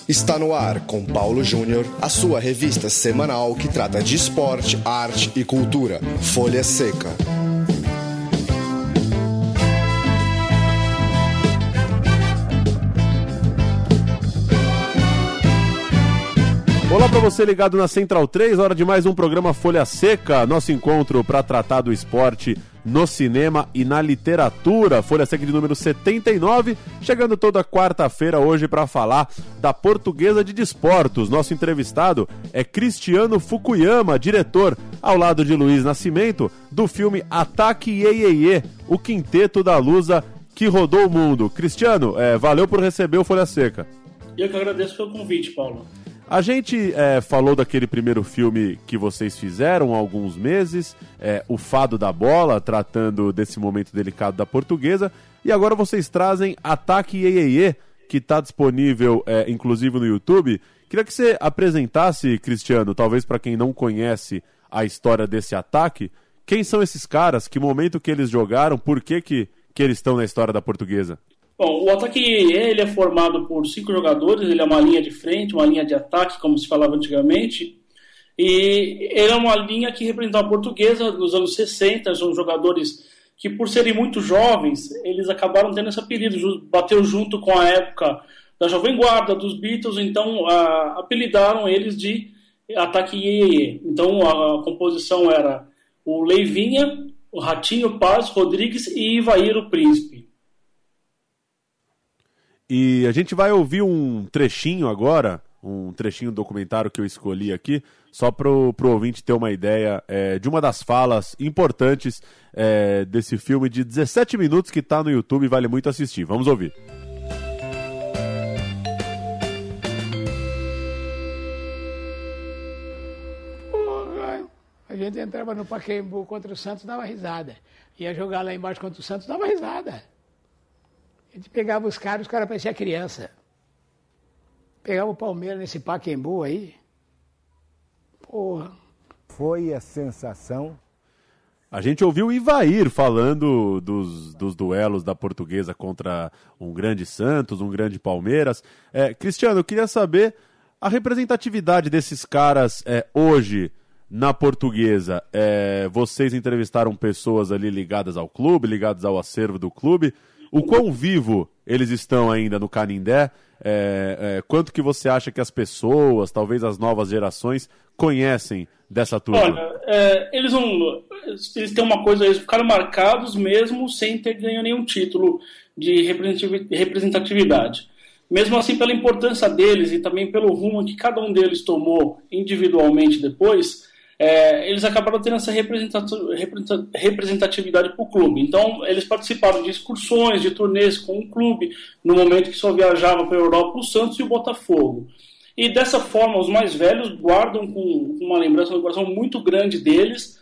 Está no ar, com Paulo Júnior, a sua revista semanal que trata de esporte, arte e cultura. Folha Seca. Olá para você ligado na Central 3, hora de mais um programa Folha Seca, nosso encontro para tratar do esporte no cinema e na literatura. Folha Seca de número 79, chegando toda quarta-feira hoje para falar da Portuguesa de Desportos. Nosso entrevistado é Cristiano Fukuyama, diretor, ao lado de Luiz Nascimento, do filme Ataque Iê, o quinteto da Lusa que rodou o mundo. Cristiano, valeu por receber o Folha Seca. Eu que agradeço pelo convite, Paulo. A gente falou daquele primeiro filme que vocês fizeram há alguns meses, O Fado da Bola, tratando desse momento delicado da Portuguesa, e agora vocês trazem Ataque Iê, que está disponível inclusive no YouTube. Queria que você apresentasse, Cristiano, talvez para quem não conhece a história desse ataque, quem são esses caras, que momento que eles jogaram, por que eles estão na história da Portuguesa? Bom, o Ataque Iê, ele é formado por 5 jogadores, ele é uma linha de frente, uma linha de ataque, como se falava antigamente, e ele é uma linha que representa a Portuguesa nos anos 60, são jogadores que, por serem muito jovens, eles acabaram tendo esse apelido, bateu junto com a época da Jovem Guarda, dos Beatles, então apelidaram eles de Ataque Iê. Então a composição era o Leivinha, o Ratinho Paz, Rodrigues e Ivair o Príncipe. E a gente vai ouvir um trechinho agora, um trechinho do documentário que eu escolhi aqui, só para o ouvinte ter uma ideia de uma das falas importantes desse filme de 17 minutos que está no YouTube e vale muito assistir. Vamos ouvir. Porra, a gente entrava no Pacaembu contra o Santos, dava risada. Ia jogar lá embaixo contra o Santos, dava risada. A gente pegava os caras pareciam criança. Pegava o Palmeiras nesse Pacaembu aí. Porra. Foi a sensação. A gente ouviu o Ivair falando dos duelos da Portuguesa contra um grande Santos, um grande Palmeiras. Cristiano, eu queria saber a representatividade desses caras hoje na Portuguesa. Vocês entrevistaram pessoas ali ligadas ao clube, ligadas ao acervo do clube. O quão vivo eles estão ainda no Canindé? Quanto que você acha que as pessoas, talvez as novas gerações, conhecem dessa turma? Olha, eles têm uma coisa, eles ficaram marcados mesmo sem ter ganho nenhum título de representatividade. Mesmo assim, pela importância deles e também pelo rumo que cada um deles tomou individualmente depois, eles acabaram tendo essa representatividade para o clube. Então, eles participaram de excursões, de turnês com o clube, no momento que só viajava para a Europa o Santos e o Botafogo. E dessa forma, os mais velhos guardam com uma lembrança no coração muito grande deles,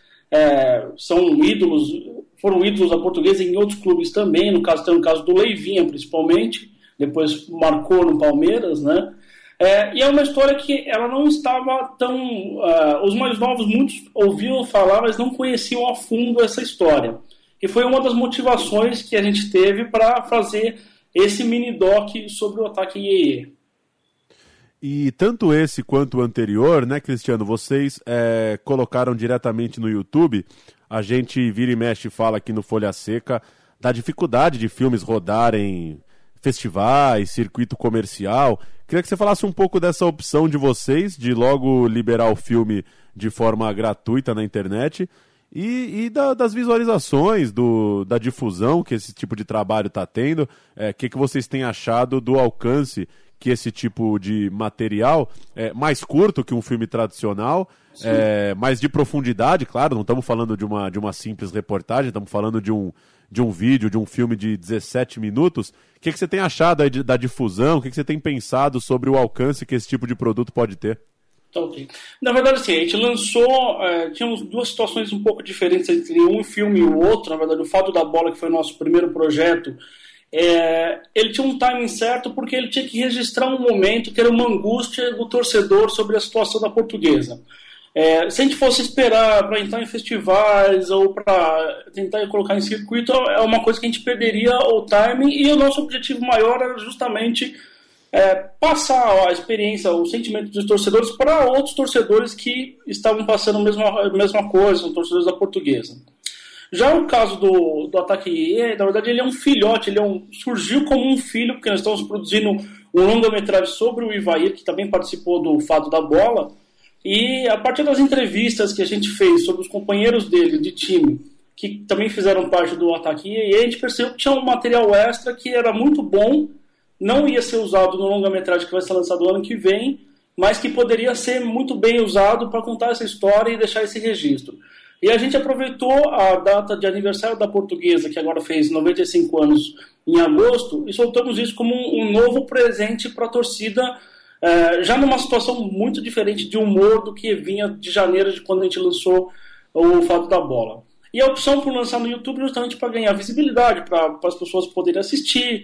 foram ídolos da Portuguesa em outros clubes também, no caso do Leivinha, principalmente, depois marcou no Palmeiras, né? E é uma história que ela não estava tão... os mais novos, muitos ouviam falar, mas não conheciam a fundo essa história. E foi uma das motivações que a gente teve para fazer esse mini-doc sobre o Ataque Iê. E tanto esse quanto o anterior, né, Cristiano, vocês colocaram diretamente no YouTube. A gente vira e mexe e fala aqui no Folha Seca da dificuldade de filmes rodarem festivais, circuito comercial. Queria que você falasse um pouco dessa opção de vocês, de logo liberar o filme de forma gratuita na internet e das visualizações, da difusão que esse tipo de trabalho está tendo. Que vocês têm achado do alcance que esse tipo de material, mais curto que um filme tradicional, mais de profundidade, claro, não estamos falando de uma simples reportagem, estamos falando de um vídeo, de um filme de 17 minutos. O que você tem achado aí da difusão? O que você tem pensado sobre o alcance que esse tipo de produto pode ter? Ok. Na verdade, assim, a gente lançou... tínhamos duas situações um pouco diferentes entre um filme e o outro. Na verdade, o Fado da Bola, que foi o nosso primeiro projeto, ele tinha um timing certo porque ele tinha que registrar um momento que era uma angústia do torcedor sobre a situação da Portuguesa. Se a gente fosse esperar para entrar em festivais ou para tentar colocar em circuito, é uma coisa que a gente perderia o timing, e o nosso objetivo maior era justamente passar a experiência, o sentimento dos torcedores para outros torcedores que estavam passando a mesma coisa, os torcedores da Portuguesa. Já o caso do Ataque IE, na verdade ele é um filhote, surgiu como um filho, porque nós estamos produzindo um longa-metragem sobre o Ivair, que também participou do Fado da Bola, e a partir das entrevistas que a gente fez sobre os companheiros dele de time, que também fizeram parte do Ataque IE, a gente percebeu que tinha um material extra que era muito bom, não ia ser usado no longa-metragem que vai ser lançado ano que vem, mas que poderia ser muito bem usado para contar essa história e deixar esse registro. E a gente aproveitou a data de aniversário da Portuguesa, que agora fez 95 anos em agosto, e soltamos isso como um novo presente para a torcida, já numa situação muito diferente de humor do que vinha de janeiro, de quando a gente lançou o Fato da Bola. E a opção por lançar no YouTube justamente para ganhar visibilidade, para as pessoas poderem assistir,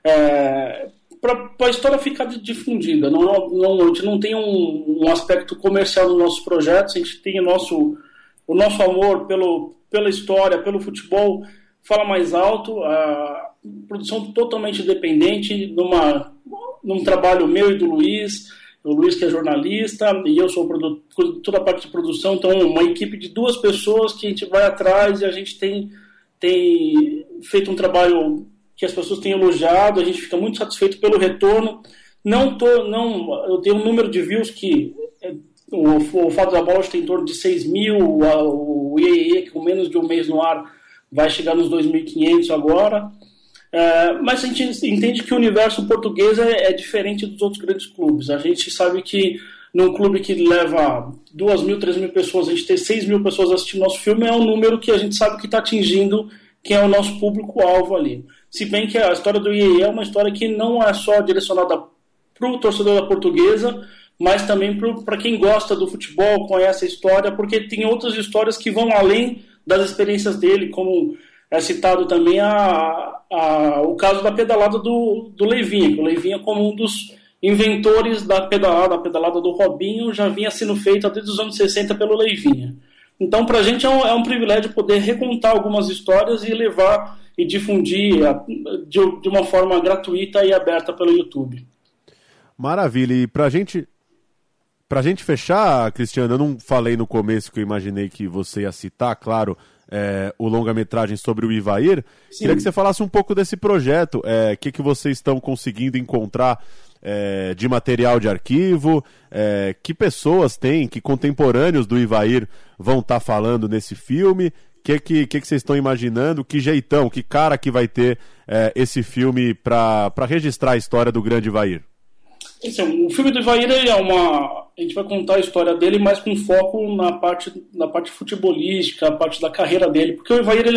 para a história ficar difundida. A gente não tem um aspecto comercial nos nossos projetos, a gente tem o nosso amor pela história, pelo futebol, fala mais alto, a produção totalmente independente, num trabalho meu e do Luiz, o Luiz que é jornalista, e eu sou toda a parte de produção, então uma equipe de 2 pessoas que a gente vai atrás e a gente tem feito um trabalho que as pessoas têm elogiado, a gente fica muito satisfeito pelo retorno. Eu tenho um número de views que o Fato da Bola tem em torno de 6 mil, o IEE, que com menos de um mês no ar, vai chegar nos 2.500 agora. Mas a gente entende que o universo português é diferente dos outros grandes clubes. A gente sabe que num clube que leva 2.000, 3.000 pessoas, a gente ter 6 mil pessoas assistindo nosso filme é um número que a gente sabe que está atingindo quem é o nosso público-alvo ali. Se bem que a história do IEE é uma história que não é só direcionada para o torcedor da Portuguesa, mas também para quem gosta do futebol, conhece a história, porque tem outras histórias que vão além das experiências dele, como é citado também o caso da pedalada do Leivinha, que o Leivinha, como um dos inventores da pedalada do Robinho, já vinha sendo feita desde os anos 60 pelo Leivinha. Então, para a gente é um privilégio poder recontar algumas histórias e levar e difundir de uma forma gratuita e aberta pelo YouTube. Maravilha. E para a gente fechar, Cristiano, eu não falei no começo que eu imaginei que você ia citar, claro, o longa-metragem sobre o Ivair. Sim. Queria que você falasse um pouco desse projeto, o que vocês estão conseguindo encontrar de material de arquivo, que pessoas tem, que contemporâneos do Ivair vão estar falando nesse filme, o que vocês estão imaginando, que jeitão, que cara que vai ter esse filme para registrar a história do grande Ivair? O filme do Ivair a gente vai contar a história dele, mas com foco na parte futebolística, a parte da carreira dele, porque o Ivair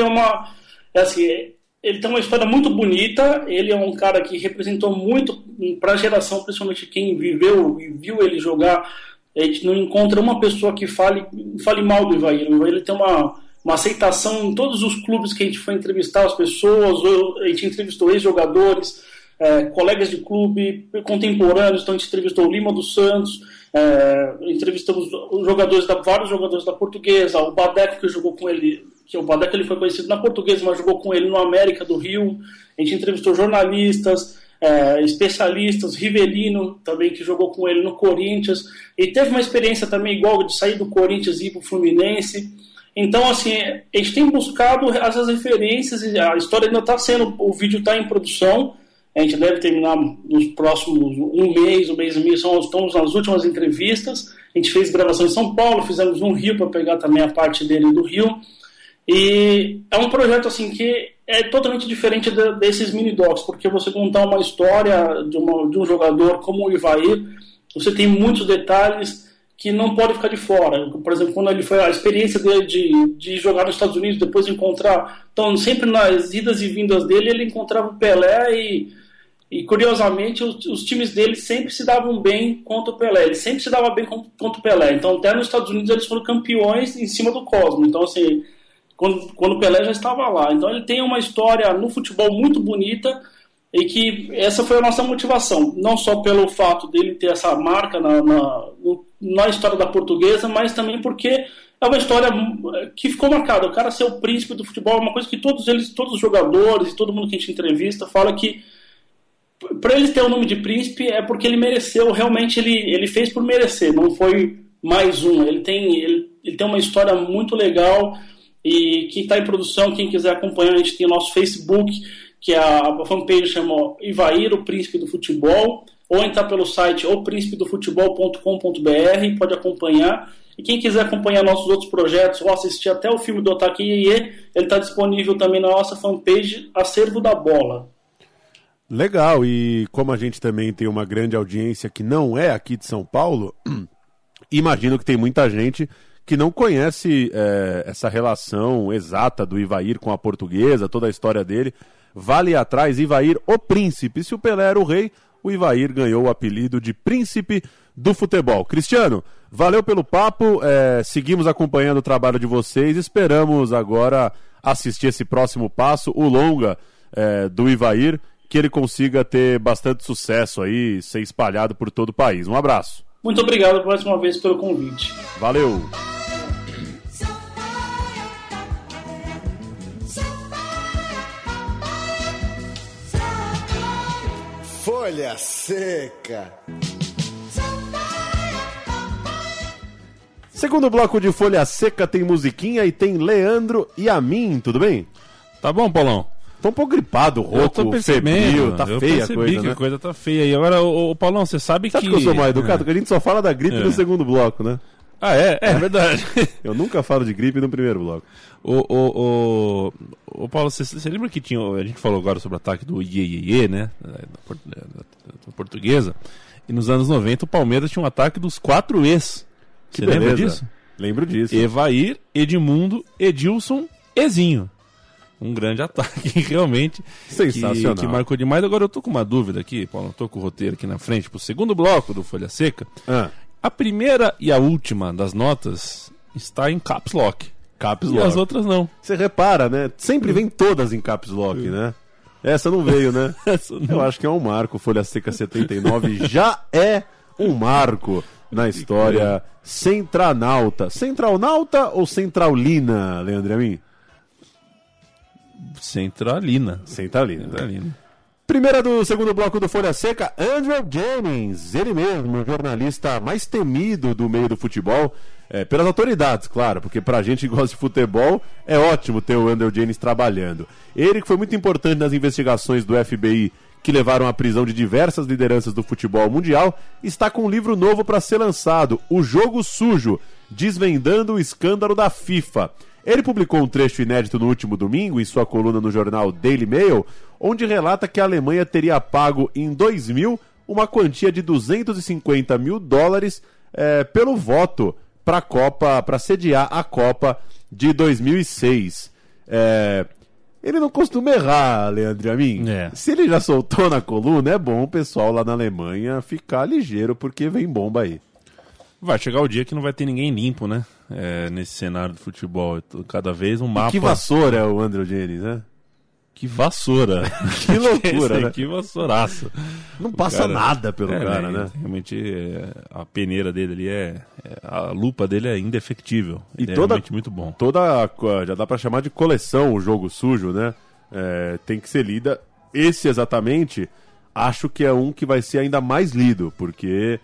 ele tem uma história muito bonita, ele é um cara que representou muito para a geração, principalmente quem viveu e viu ele jogar. A gente não encontra uma pessoa que fale mal do Ivair. O Ivair tem uma aceitação em todos os clubes que a gente foi entrevistar as pessoas, a gente entrevistou ex-jogadores, colegas de clube, contemporâneos, então a gente entrevistou o Lima dos Santos, entrevistamos vários jogadores da Portuguesa, o Badeco que jogou com ele, o Badeco ele foi conhecido na Portuguesa, mas jogou com ele no América do Rio. A gente entrevistou jornalistas, especialistas, Rivelino também, que jogou com ele no Corinthians, e teve uma experiência também igual de sair do Corinthians e ir para o Fluminense. Então, assim, a gente tem buscado essas referências, e a história ainda está o vídeo está em produção. A gente deve terminar nos próximos um mês e meio, estamos nas últimas entrevistas. A gente fez gravação em São Paulo, fizemos no Rio para pegar também a parte dele do Rio. E é um projeto assim que é totalmente diferente desses mini-docs, porque você contar uma história de um jogador como o Ivair, você tem muitos detalhes que não pode ficar de fora. Por exemplo, quando ele foi a experiência dele de jogar nos Estados Unidos, depois de encontrar... Então, sempre nas idas e vindas dele, ele encontrava o Pelé e curiosamente, os times dele sempre se davam bem contra o Pelé. Ele sempre se dava bem contra o Pelé. Então, até nos Estados Unidos, eles foram campeões em cima do Cosmo. Então, assim, quando o Pelé já estava lá. Então, ele tem uma história no futebol muito bonita e que essa foi a nossa motivação. Não só pelo fato dele ter essa marca na história da Portuguesa, mas também porque é uma história que ficou marcada. O cara ser o príncipe do futebol é uma coisa que todos os jogadores e todo mundo que a gente entrevista fala que para ele ter o nome de príncipe é porque ele mereceu, realmente ele fez por merecer, não foi mais um. Ele tem uma história muito legal e que está em produção. Quem quiser acompanhar, a gente tem o nosso Facebook, que a fanpage chama Ivair, o Príncipe do Futebol, ou entrar pelo site opríncipedofutebol.com.br, pode acompanhar. E quem quiser acompanhar nossos outros projetos ou assistir até o filme do Otaque Iê, ele está disponível também na nossa fanpage Acervo da Bola. Legal, e como a gente também tem uma grande audiência que não é aqui de São Paulo, imagino que tem muita gente que não conhece essa relação exata do Ivair com a Portuguesa, toda a história dele. Vale atrás, Ivair, o Príncipe. Se o Pelé era o rei, o Ivair ganhou o apelido de Príncipe do Futebol. Cristiano, valeu pelo papo, seguimos acompanhando o trabalho de vocês, esperamos agora assistir esse próximo passo, o longa do Ivair, que ele consiga ter bastante sucesso aí, ser espalhado por todo o país. Um abraço. Muito obrigado mais uma vez pelo convite. Valeu. Folha Seca. Segundo bloco de Folha Seca tem musiquinha e tem Leandro e a mim, tudo bem? Tá bom, Paulão? Tô um pouco gripado, rouco, febril, tá feia a coisa, né? A coisa tá feia. E agora, o Paulão, você sabe que... Você acha que eu sou mal educado? Porque a gente só fala da gripe no segundo bloco, né? Ah, é verdade. Eu nunca falo de gripe no primeiro bloco. O Paulo, você lembra que tinha... A gente falou agora sobre o ataque do Iê, né? Da Portuguesa. E nos anos 90 o Palmeiras tinha um ataque dos 4 E's. Você lembra disso? Lembro disso. Evair, Edmundo, Edilson, Ezinho. Um grande ataque, realmente. Sensacional. Que marcou demais. Agora eu tô com uma dúvida aqui, Paulo. Eu tô com o roteiro aqui na frente pro segundo bloco do Folha Seca. A primeira e a última das notas está em Caps Lock. Caps e Lock. As outras não. Você repara, né? Sempre vem todas em Caps Lock, né? Essa não veio, né? Eu acho que é um marco. Folha Seca 79 já é um marco na história centranauta. Centralnauta ou centraulina, Leandro Amin? Centralina. Primeira do segundo bloco do Folha Seca, Andrew Jennings, ele mesmo, o jornalista mais temido do meio do futebol, pelas autoridades, claro, porque pra gente que gosta de futebol, é ótimo ter o Andrew Jennings trabalhando. Ele que foi muito importante nas investigações do FBI que levaram à prisão de diversas lideranças do futebol mundial, está com um livro novo para ser lançado, O Jogo Sujo, desvendando o escândalo da FIFA. Ele publicou um trecho inédito no último domingo em sua coluna no jornal Daily Mail, onde relata que a Alemanha teria pago em 2000 uma quantia de $250 mil pelo voto para sediar a Copa de 2006. Ele não costuma errar, Leandro Amin. Se ele já soltou na coluna, é bom o pessoal lá na Alemanha ficar ligeiro, porque vem bomba aí. Vai chegar o dia que não vai ter ninguém limpo, né? Nesse cenário do futebol. Cada vez um mapa... E que vassoura é o Andrew Jennings, né? Que vassoura. Que loucura, né? Que vassouraço. Não passa nada pelo cara, né? Realmente, a peneira dele ali a lupa dele é indefectível. E é realmente muito bom. Já dá pra chamar de coleção o Jogo Sujo, né? Tem que ser lida. Esse exatamente, acho que é um que vai ser ainda mais lido, porque...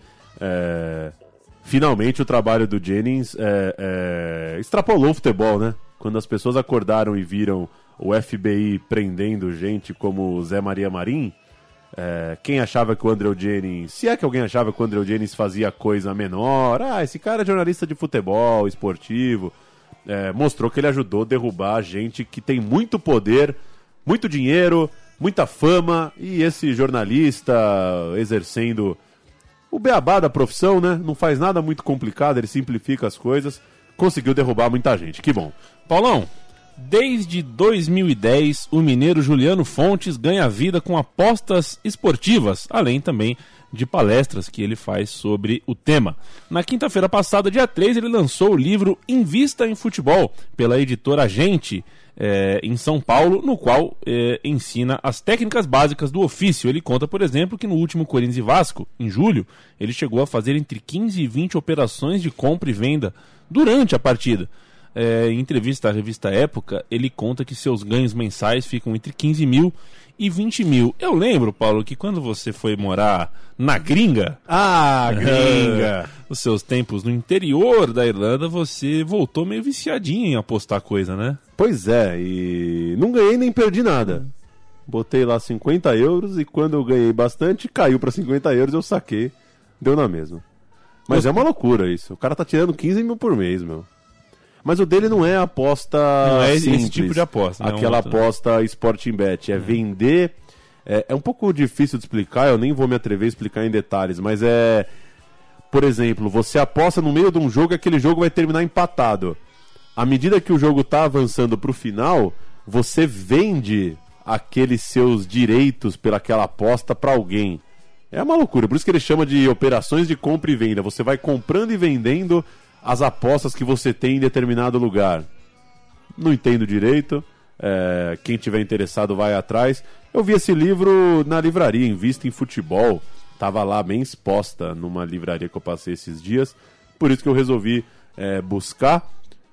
Finalmente o trabalho do Jennings extrapolou o futebol, né? Quando as pessoas acordaram e viram o FBI prendendo gente como Zé Maria Marim, quem achava que o Andrew Jennings... Se é que alguém achava que o Andrew Jennings fazia coisa menor... esse cara é jornalista de futebol, esportivo... mostrou que ele ajudou a derrubar gente que tem muito poder, muito dinheiro, muita fama, e esse jornalista exercendo... O beabá da profissão, né? Não faz nada muito complicado, ele simplifica as coisas. Conseguiu derrubar muita gente, que bom. Paulão, desde 2010, o mineiro Juliano Fontes ganha vida com apostas esportivas, além também de palestras que ele faz sobre o tema. Na quinta-feira passada, dia 3, ele lançou o livro Invista em Futebol, pela editora Gente, em São Paulo, no qual ensina as técnicas básicas do ofício. Ele conta, por exemplo, que no último Corinthians e Vasco, em julho, ele chegou a fazer entre 15 e 20 operações de compra e venda durante a partida. Em entrevista à revista Época, ele conta que seus ganhos mensais ficam entre 15 mil e 20 mil. Eu lembro, Paulo, que quando você foi morar na gringa... Gringa! Os seus tempos no interior da Irlanda, você voltou meio viciadinho em apostar coisa, né? Pois é, e não ganhei nem perdi nada. Botei lá 50 euros e quando eu ganhei bastante, caiu pra 50 euros, eu saquei, deu na mesma. Mas é uma loucura isso. O cara tá tirando 15 mil por mês, meu. Mas o dele não é aposta não é simples, esse tipo de aposta. Aquela aposta Sporting Bet. É vender... É um pouco difícil de explicar, eu nem vou me atrever a explicar em detalhes, mas é... Por exemplo, você aposta no meio de um jogo e aquele jogo vai terminar empatado. À medida que o jogo tá avançando pro final, você vende aqueles seus direitos pelaquela aposta para alguém. É uma loucura, por isso que ele chama de operações de compra e venda. Você vai comprando e vendendo as apostas que você tem em determinado lugar. Não entendo direito, quem tiver interessado vai atrás. Eu vi esse livro na livraria, Invista em Futebol. Tava lá bem exposta numa livraria que eu passei esses dias. Por isso que eu resolvi buscar.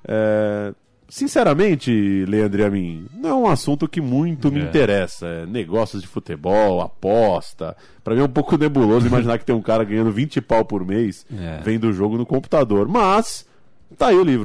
Sinceramente, Leandro e a mim, não é um assunto que muito me interessa. Negócios de futebol, aposta. Pra mim é um pouco nebuloso imaginar que tem um cara ganhando 20 pau por mês vendo o jogo no computador. Mas, tá aí o livro,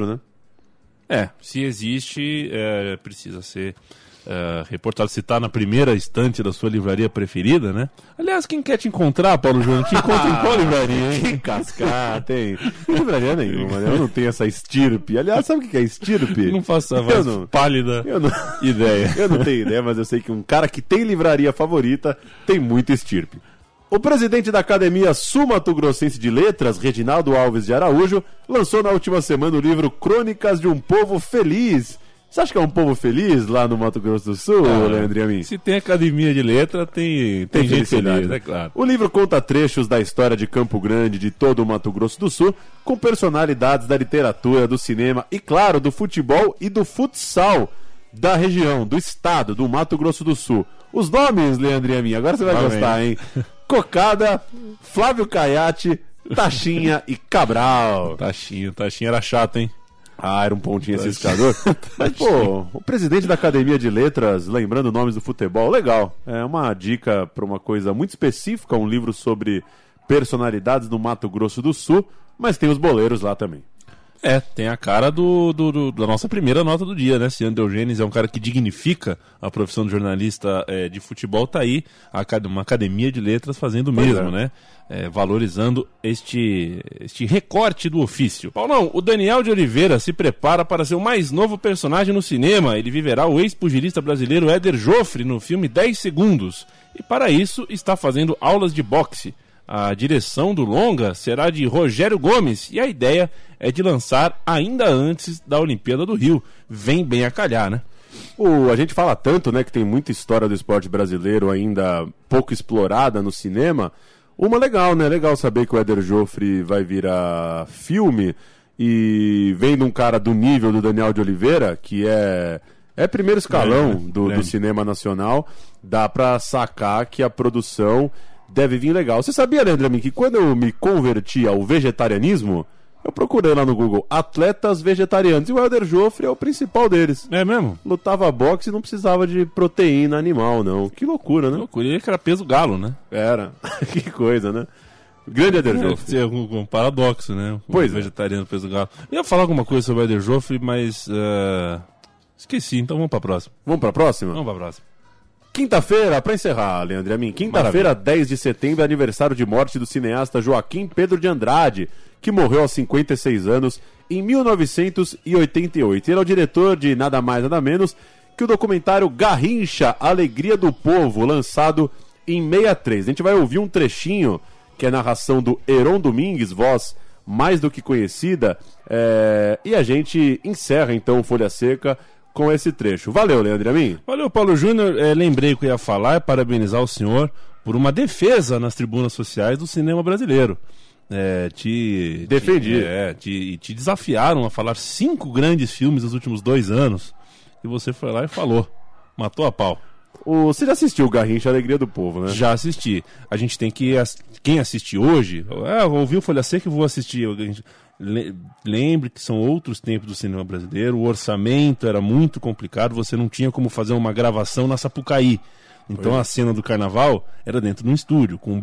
né? Se existe, precisa ser reportado. Se tá na primeira estante da sua livraria preferida, né? Aliás, quem quer te encontrar, Paulo Júnior, te encontra em qual livraria, hein? Que cascar, tem livraria nenhuma, né? Eu não tenho essa estirpe. Aliás, sabe o que é estirpe? Não faço a voz pálida ideia. Eu não tenho ideia, mas eu sei que um cara que tem livraria favorita tem muita estirpe. O presidente da Academia Sul-Mato-Grossense de Letras, Reginaldo Alves de Araújo, lançou na última semana o livro Crônicas de um Povo Feliz. Você acha que é um povo feliz lá no Mato Grosso do Sul, Leandro e a mim? Se tem academia de letra, tem gente feliz, é claro. O livro conta trechos da história de Campo Grande, de todo o Mato Grosso do Sul, com personalidades da literatura, do cinema e, claro, do futebol e do futsal da região, do estado, do Mato Grosso do Sul. Os nomes, Leandro e a mim, agora você vai gostar, hein? Cocada, Flávio Caiate, Taxinha e Cabral. Taxinha era chato, hein? Era um pontinho esse escador. Mas, pô, o presidente da Academia de Letras, lembrando nomes do futebol, legal. É uma dica para uma coisa muito específica, um livro sobre personalidades do Mato Grosso do Sul, mas tem os boleiros lá também. Tem a cara da nossa primeira nota do dia, né? Ciano Diogenes é um cara que dignifica a profissão de jornalista de futebol, tá aí uma academia de letras fazendo o mesmo, né? Valorizando este recorte do ofício. Paulão, o Daniel de Oliveira se prepara para ser o mais novo personagem no cinema. Ele viverá o ex-pugilista brasileiro Éder Joffre no filme 10 Segundos. E para isso está fazendo aulas de boxe. A direção do longa será de Rogério Gomes e a ideia é de lançar ainda antes da Olimpíada do Rio. Vem bem a calhar, né? A gente fala tanto, né, que tem muita história do esporte brasileiro ainda pouco explorada no cinema. Uma legal, né? Legal saber que o Éder Joffre vai virar filme e vendo um cara do nível do Daniel de Oliveira, que é primeiro escalão do cinema nacional, dá pra sacar que a produção deve vir legal. Você sabia, Leandro, que quando eu me converti ao vegetarianismo, eu procurei lá no Google atletas vegetarianos e o Éder Joffre é o principal deles. É mesmo? Lutava boxe e não precisava de proteína animal, não. Que loucura, né? Que loucura. Ele que era peso galo, né? Era. Que coisa, né? Grande Éder Joffre. É um paradoxo, né? Pois vegetariano, peso galo. Eu ia falar alguma coisa sobre o Éder Joffre, mas esqueci. Então vamos pra próxima. Vamos pra próxima? Vamos pra próxima. Quinta-feira, pra encerrar, Leandro Amin, quinta-feira, 10 de setembro, aniversário de morte do cineasta Joaquim Pedro de Andrade, que morreu aos 56 anos em 1988. Ele é o diretor de nada mais nada menos que o documentário Garrincha, Alegria do Povo, lançado em 63. A gente vai ouvir um trechinho, que é a narração do Heron Domingues, voz mais do que conhecida, e a gente encerra então o Folha Seca com esse trecho. Valeu, Leandro Amin. Valeu, Paulo Júnior. Lembrei o que eu ia falar, parabenizar o senhor por uma defesa nas tribunas sociais do cinema brasileiro. Defendi. Te desafiaram a falar 5 grandes filmes nos últimos 2 anos e você foi lá e falou. Matou a pau. Você já assistiu o Garrincha, Alegria do Povo, né? Já assisti. A gente tem que... Quem assiste hoje... ouviu Folha Seca e vou assistir... Lembre que são outros tempos do cinema brasileiro. O orçamento era muito complicado. Você não tinha como fazer uma gravação na Sapucaí. Então a cena do carnaval era dentro de um estúdio, com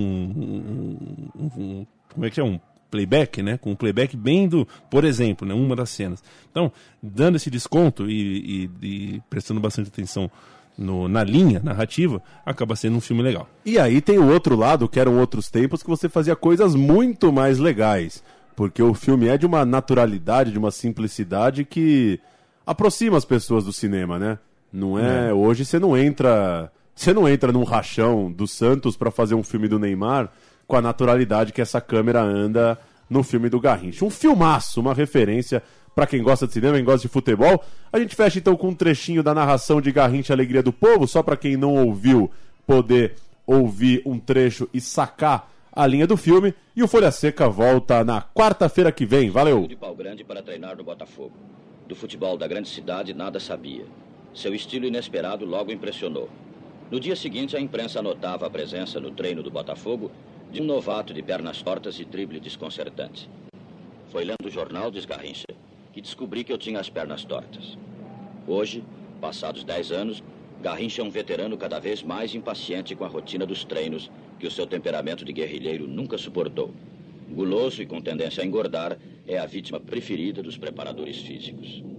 como é que é? Um playback, né? Com um playback bem por exemplo, né? Uma das cenas. Então, dando esse desconto e prestando bastante atenção na linha narrativa, acaba sendo um filme legal. E aí tem o outro lado, que eram outros tempos, que você fazia coisas muito mais legais. Porque o filme é de uma naturalidade, de uma simplicidade que aproxima as pessoas do cinema, né? Não é. Hoje você não entra num rachão do Santos para fazer um filme do Neymar com a naturalidade que essa câmera anda no filme do Garrincha. Um filmaço, uma referência para quem gosta de cinema, quem gosta de futebol. A gente fecha então com um trechinho da narração de Garrincha, Alegria do Povo, só para quem não ouviu poder ouvir um trecho e sacar a linha do filme. E o Folha Seca volta na quarta-feira que vem. Valeu! De pau grande para treinar no Botafogo. Do futebol da grande cidade nada sabia. Seu estilo inesperado logo impressionou. No dia seguinte, a imprensa anotava a presença no treino do Botafogo de um novato de pernas tortas e drible desconcertante. Foi lendo o jornal, diz Garrincha, que descobri que eu tinha as pernas tortas. Hoje, passados 10 anos, Garrincha é um veterano cada vez mais impaciente com a rotina dos treinos que o seu temperamento de guerrilheiro nunca suportou. Guloso e com tendência a engordar, é a vítima preferida dos preparadores físicos.